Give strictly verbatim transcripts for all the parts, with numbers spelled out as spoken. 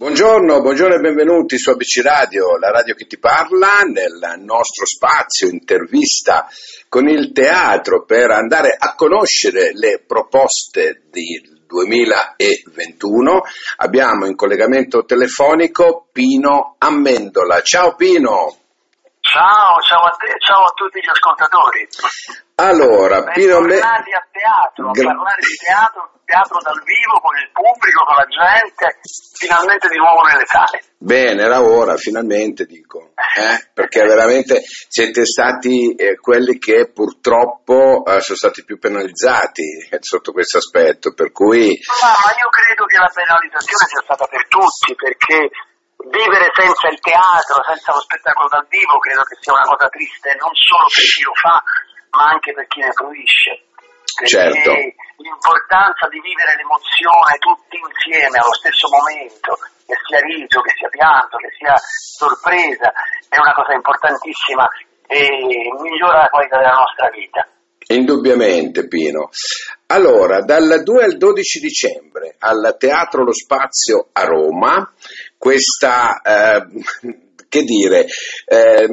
Buongiorno, buongiorno e benvenuti su A B C Radio, la radio che ti parla, nel nostro spazio intervista con il teatro per andare a conoscere le proposte del duemilaventuno. Abbiamo in collegamento telefonico Pino Amendola. Ciao Pino! Ciao, ciao a te, ciao a tutti gli ascoltatori. Allora, Pino Amendola... Bentornati a teatro, a parlare di teatro, teatro dal vivo, con il pubblico, con la gente, finalmente di nuovo nelle sale. Bene, era ora, finalmente dico, eh? Perché veramente siete stati eh, quelli che purtroppo eh, sono stati più penalizzati eh, sotto questo aspetto, per cui... Ma, ma io credo che la penalizzazione sia stata per tutti, perché vivere senza il teatro, senza lo spettacolo dal vivo, credo che sia una cosa triste, non solo per chi lo fa, ma anche per chi ne fruisce. Perché certo. L'importanza di vivere l'emozione tutti insieme allo stesso momento, che sia riso, che sia pianto, che sia sorpresa, è una cosa importantissima e migliora la qualità della nostra vita. Indubbiamente, Pino. Allora, dal due al dodici dicembre al Teatro Lo Spazio a Roma, questa, eh, che dire, eh,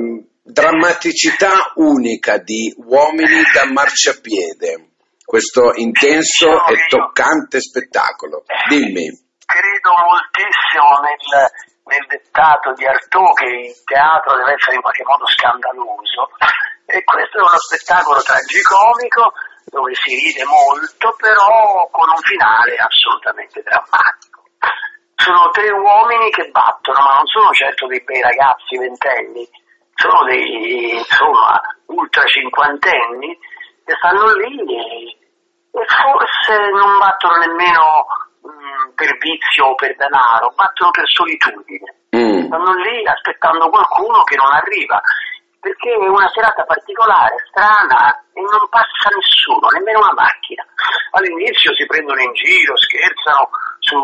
drammaticità unica di Uomini da marciapiede, questo intenso diciamo e toccante io, spettacolo. Dimmi. Credo moltissimo nel, nel dettato di Artaud che il teatro deve essere in qualche modo scandaloso, e questo è uno spettacolo tragicomico dove si ride molto, però con un finale assolutamente drammatico. Sono tre uomini che battono, ma non sono certo dei bei ragazzi ventenni, sono dei, insomma, ultra cinquantenni che stanno lì e, e forse non battono nemmeno mh, per vizio o per denaro, battono per solitudine. Mm. Stanno lì aspettando qualcuno che non arriva, perché è una serata particolare, strana, e non passa nessuno, nemmeno una macchina. All'inizio si prendono in giro, scherzano su,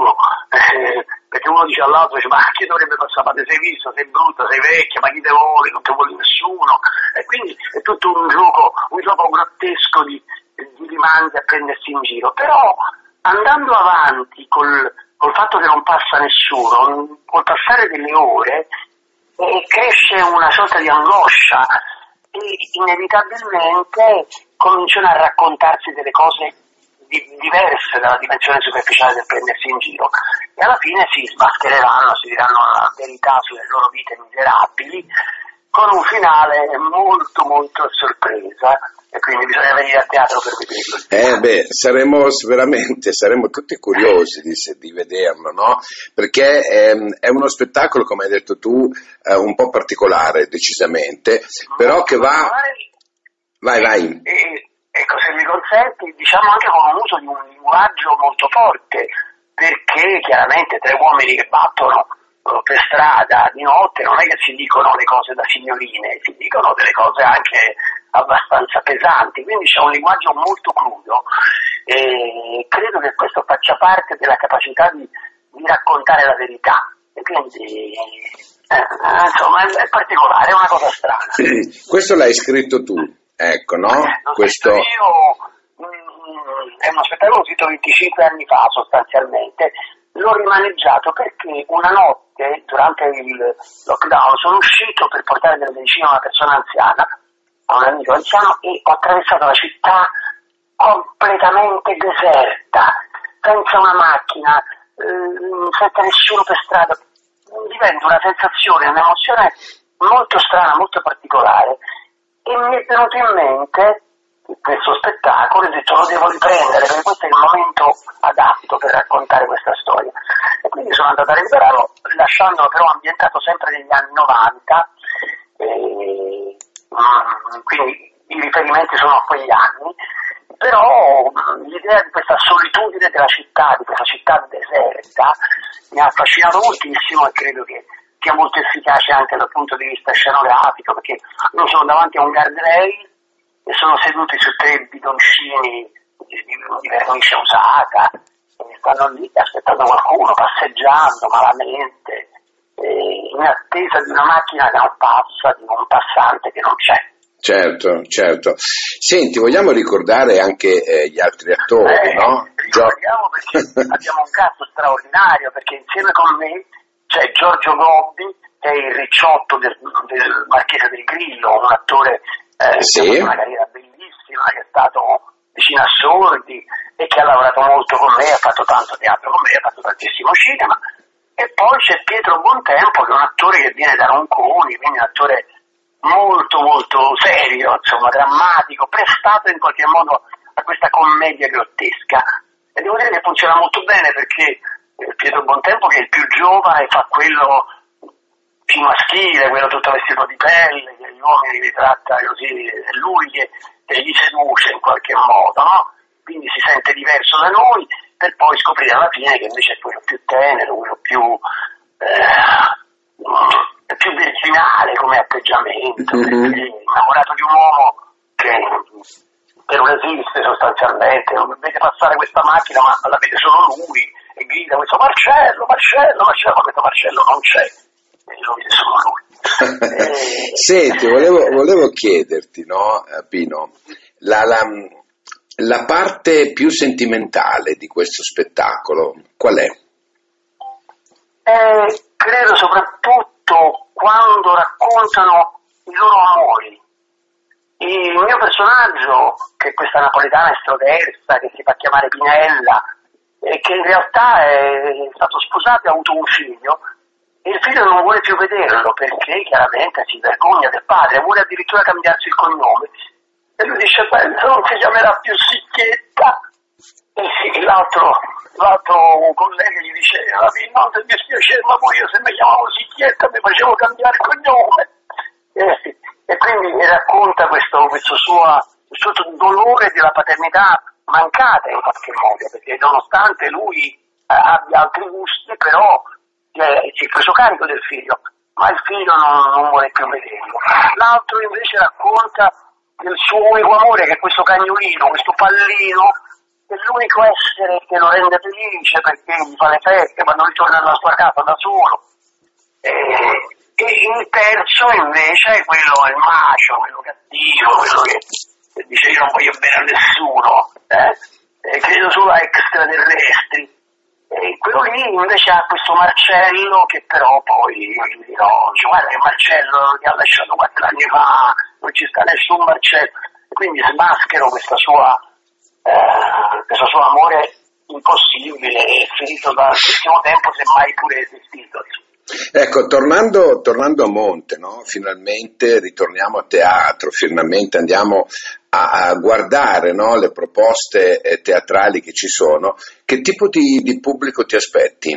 eh, perché uno dice all'altro, dice, ma chi dovrebbe passare? Ma te sei visto, sei brutta, sei vecchia, ma chi te vuole, non te vuole nessuno. E quindi è tutto un gioco, un gioco grottesco di, di rimandi a prendersi in giro. Però andando avanti col, col fatto che non passa nessuno, col passare delle ore, e cresce una sorta di angoscia e inevitabilmente cominciano a raccontarsi delle cose di, diverse dalla dimensione superficiale del prendersi in giro, e alla fine si smaschereranno, si diranno la verità sulle loro vite miserabili, con un finale molto molto a sorpresa. E quindi bisogna venire a teatro per vederlo. Eh beh, saremo veramente, saremo tutti curiosi di, di vederlo, no? Perché è, è uno spettacolo, come hai detto tu, eh, un po' particolare, decisamente, molto però che va... Vai, vai. E, ecco, se mi consenti, diciamo anche con un uso di un linguaggio molto forte, perché chiaramente tre uomini che battono per strada di notte non è che si dicono le cose da signorine, si dicono delle cose anche abbastanza pesanti, quindi c'è un linguaggio molto crudo e credo che questo faccia parte della capacità di, di raccontare la verità, e quindi eh, insomma è, è particolare, è una cosa strana. Questo l'hai scritto tu, ecco, no? Eh, questo io mh, è uno spettacolo scritto venticinque anni fa sostanzialmente. L'ho rimaneggiato perché una notte durante il lockdown sono uscito per portare delle medicine a una persona anziana, a un amico anziano, e ho attraversato la città completamente deserta, senza una macchina, eh, senza nessuno per strada. Diventa una sensazione, un'emozione molto strana, molto particolare, e mi è venuto in mente questo spettacolo e ho detto lo devo riprendere perché questo è il momento adatto per raccontare questa storia, e quindi sono andato a recuperarlo, lasciandolo però ambientato sempre negli anni novanta, e, um, quindi i riferimenti sono a quegli anni, però um, l'idea di questa solitudine della città, di questa città deserta, mi ha affascinato moltissimo e credo che sia molto efficace anche dal punto di vista scenografico, perché loro sono davanti a un guardrail e sono seduti su tre bidoncini di, di, di vernice usata, e stanno lì aspettando qualcuno, passeggiando malamente, eh, in attesa di una macchina che non passa, di un passante che non c'è. Certo, certo. Senti, vogliamo ricordare anche eh, gli altri attori, eh, no? Ricordiamo perché abbiamo un cast straordinario, perché insieme con me c'è Giorgio Gobbi, che è il ricciotto del, del Marchese del Grillo, un attore eh, sì. che ha una carriera bellissima, che è stato vicino a Sordi e che ha lavorato molto con me, ha fatto tanto teatro con me, ha fatto tantissimo cinema. E poi c'è Pietro Bontempo, che è un attore che viene da Ronconi, quindi un attore molto molto serio, insomma drammatico, prestato in qualche modo a questa commedia grottesca. E devo dire che funziona molto bene, perché Pietro Bontempo, che è il più giovane, fa quello più maschile, quello tutto vestito di pelle, che gli uomini li tratta così, è lui che, che li seduce in qualche modo, no? Quindi si sente diverso da noi, per poi scoprire alla fine che invece è quello più tenero, quello più, eh, più virginale come atteggiamento, mm-hmm. perché è innamorato di un uomo che, che non esiste sostanzialmente, non vede passare questa macchina ma la vede solo lui e grida questo Marcello, Marcello, Marcello, ma questo Marcello non c'è, e lo vede solo lui. e... Senti, volevo, volevo chiederti, no, Pino, la... la... La parte più sentimentale di questo spettacolo qual è? Eh, credo soprattutto quando raccontano i loro amori. Il mio personaggio, che è questa napoletana estroversa, che si fa chiamare Pinella, e che in realtà è stato sposato e ha avuto un figlio, e il figlio non vuole più vederlo perché chiaramente si vergogna del padre, vuole addirittura cambiarsi il cognome. E lui dice, penso non si chiamerà più Sicchietta. E sì, l'altro, l'altro collega gli dice, non ti dispiace, ma poi io se mi chiamavo Sicchietta mi facevo cambiare il cognome. E, e quindi mi racconta questo, questo suo, questo dolore della paternità mancata in qualche modo, perché nonostante lui eh, abbia altri gusti, però eh, si è preso carico del figlio, ma il figlio non, non vuole più vederlo. L'altro invece racconta del suo unico amore, che è questo cagnolino, questo pallino, è l'unico essere che lo rende felice perché gli fa le feste quando ritorna alla sua casa da solo. E, e il terzo invece è quello, il macio, quello cattivo, quello che, che dice io non voglio bene a nessuno, eh? E credo solo a extraterrestri. E quello lì invece ha questo Marcello che però poi io gli dirò, guarda che Marcello ti ha lasciato quattro anni fa, non ci sta nessun Marcello, e quindi smaschero questa sua, eh, questo suo amore impossibile e finito dall'ultimo tempo, semmai pure esistito. Ecco, tornando, tornando a monte, no? Finalmente ritorniamo a teatro, finalmente andiamo a, a guardare, no? Le proposte eh, teatrali che ci sono. Che tipo di, di pubblico ti aspetti?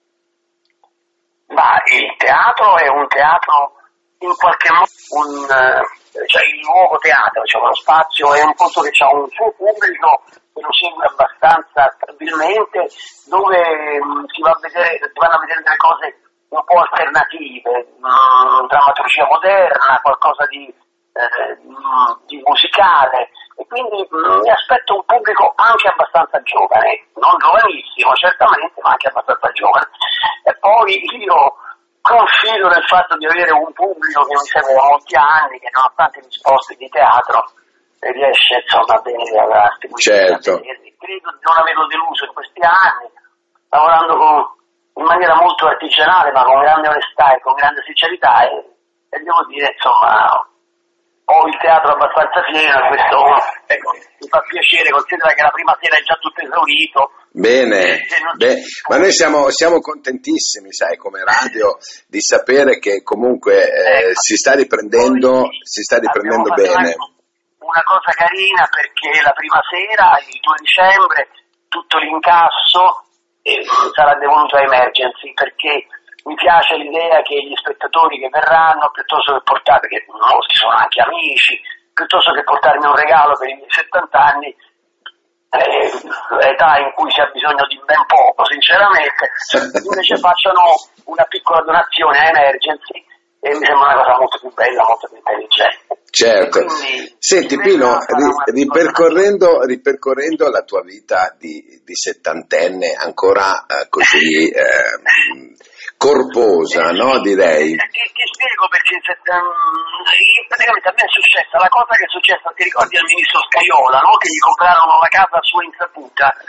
Ma il teatro è un teatro in qualche modo, un, cioè il nuovo teatro, cioè lo spazio è un posto che ha un suo pubblico che lo segue abbastanza stabilmente, dove mh, si va a vedere, si vanno a vedere delle cose un po' alternative, mh, drammaturgia moderna, qualcosa di, eh, di musicale, e quindi mh, mi aspetto un pubblico anche abbastanza giovane, non giovanissimo certamente, ma anche abbastanza giovane. E poi io confido nel fatto di avere un pubblico che mi segue da molti anni, che nonostante gli sposti di teatro riesce insomma a venire alla certo. Credo di non averlo deluso in questi anni, lavorando con in maniera molto artigianale, ma con grande onestà e con grande sincerità, e, e devo dire, insomma, ho il teatro abbastanza pieno, questo ecco, mi fa piacere, considera che la prima sera è già tutto esaurito. Bene, beh, ma noi siamo, siamo contentissimi, sai, come radio, di sapere che comunque eh, ecco, si sta riprendendo, poi, si sta riprendendo bene. Una, una cosa carina, perché la prima sera, il due dicembre, tutto l'incasso e sarà devoluto a Emergency, perché mi piace l'idea che gli spettatori che verranno, piuttosto che portare, perché molti sono anche amici, piuttosto che portarmi un regalo per i miei settanta anni, eh, età in cui si ha bisogno di ben poco sinceramente, invece facciano una piccola donazione a Emergency, e mi sembra una cosa molto più bella, molto più intelligente. Certo. Quindi, senti Pino, ripercorrendo, ripercorrendo la tua vita di, di settantenne ancora eh, così eh, corposa, eh, no, direi. Ti, ti spiego perché um, praticamente a me è successa la cosa che è successa, ti ricordi al ministro Scajola, no? Che gli comprarono la casa a sua insaputa,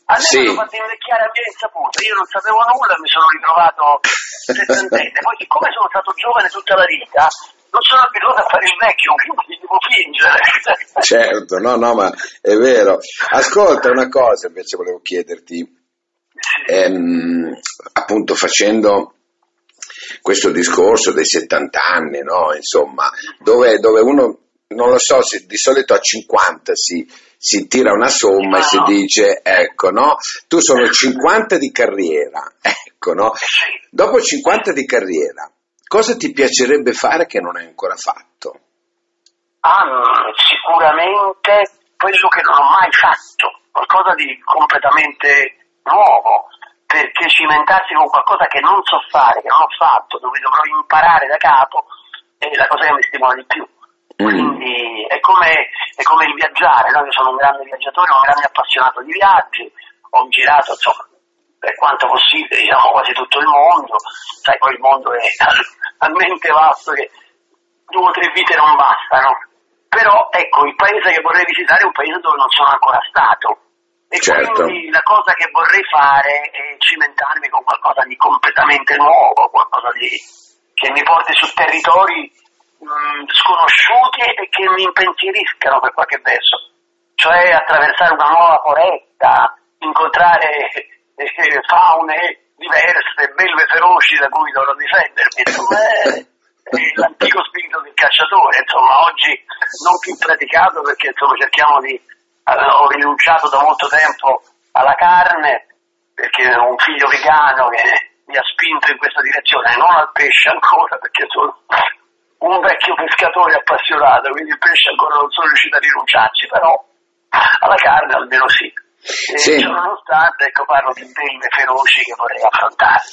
A me Sì. mi hanno fatto invecchiare a mia insaputa, io non sapevo nulla, mi sono ritrovato settantenne. Poi siccome sono stato giovane tutta la vita, non sono abituato a fare il vecchio, quindi devo fingere. Certo, no, no, ma è vero. Ascolta, una cosa invece volevo chiederti, Sì. ehm, appunto facendo questo discorso dei settanta anni, no? Insomma, dove, dove uno, non lo so, se di solito a cinquanta si, si tira una somma e si dice, ecco, no? Tu sono cinquanta di carriera, ecco, no? Sì. Dopo cinquanta di carriera, cosa ti piacerebbe fare che non hai ancora fatto? Ah, sicuramente quello che non ho mai fatto, qualcosa di completamente nuovo, perché cimentarsi con qualcosa che non so fare, che non ho fatto, dove dovrò imparare da capo, è la cosa che mi stimola di più. Mm. Quindi è come, è come il viaggiare, no? Io sono un grande viaggiatore, un grande appassionato di viaggi, ho girato, insomma, per quanto possibile, diciamo, quasi tutto il mondo. Sai, poi il mondo è talmente vasto che due o tre vite non bastano. Però, ecco, il paese che vorrei visitare è un paese dove non sono ancora stato. E Certo. quindi la cosa che vorrei fare è cimentarmi con qualcosa di completamente nuovo, qualcosa di, che mi porti su territori mh, sconosciuti e che mi impensieriscano per qualche verso. Cioè attraversare una nuova foresta, incontrare eh, faune diverse, belve feroci da cui dovrò difendermi. Insomma, è, è l'antico spirito del cacciatore, insomma, oggi non più praticato perché insomma cerchiamo di... ho rinunciato da molto tempo alla carne perché ho un figlio vegano che mi ha spinto in questa direzione, non al pesce ancora perché sono un vecchio pescatore appassionato, quindi il pesce ancora non sono riuscito a rinunciarci, però alla carne almeno sì. E Sì. nonostante, ecco, parlo di belve feroci che vorrei affrontare.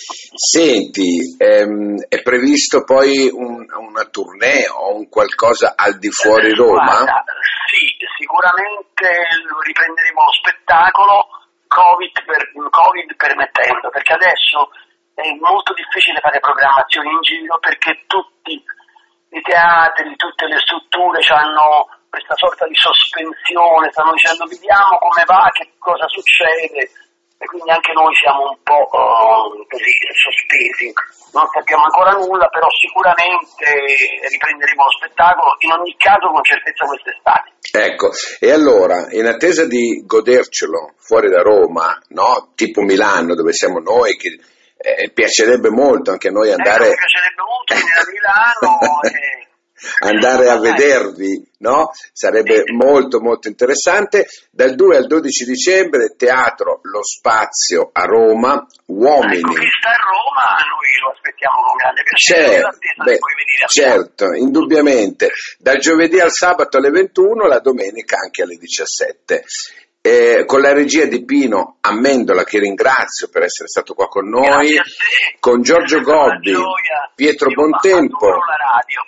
Senti, ehm, è previsto poi un, una tournée o un qualcosa al di fuori Roma? Guarda, sì, sicuramente lo riprenderemo lo spettacolo, Covid, per, Covid permettendo, perché adesso è molto difficile fare programmazioni in giro perché tutti i teatri, tutte le strutture hanno questa sorta di sospensione, stanno dicendo vediamo come va, che cosa succede, e quindi anche noi siamo un po' uh, così sospesi, non sappiamo ancora nulla, però sicuramente riprenderemo lo spettacolo, in ogni caso con certezza quest'estate. Ecco, e allora, in attesa di godercelo fuori da Roma, no? Tipo Milano, dove siamo noi, che eh, piacerebbe molto anche a noi andare... Eh, mi piacerebbe molto venire a Milano e... andare a vedervi, no? Sarebbe molto molto interessante. Dal due al dodici dicembre, Teatro Lo Spazio a Roma, Uomini. Ecco, chi sta a Roma noi lo aspettiamo con grande piacere, C'è, l'attesa beh, di poi venire a certo, indubbiamente, dal giovedì al sabato alle ventuno, la domenica anche alle diciassette. Eh, con la regia di Pino Amendola, che ringrazio per essere stato qua con noi, Grazie a te. con Giorgio È stata una Gobbi, gioia. Pietro Io Bontempo. adoro la radio.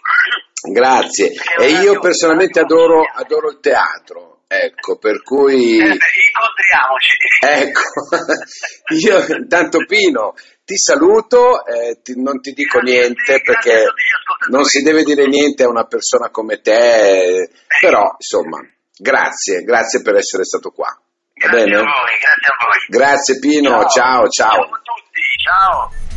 Grazie, Perché e la io radio- personalmente la radio adoro, consiglia. adoro il teatro, ecco, per cui... Eh beh, incontriamoci. Ecco, io intanto Pino ti saluto, eh, ti- non ti dico Grazie a niente te, grazie perché a tutti gli ascoltatori. non si deve dire niente a una persona come te, però insomma, grazie, grazie per essere stato qua. Va Grazie bene? a voi, grazie a voi. Grazie Pino, ciao, ciao. Ciao a tutti, ciao.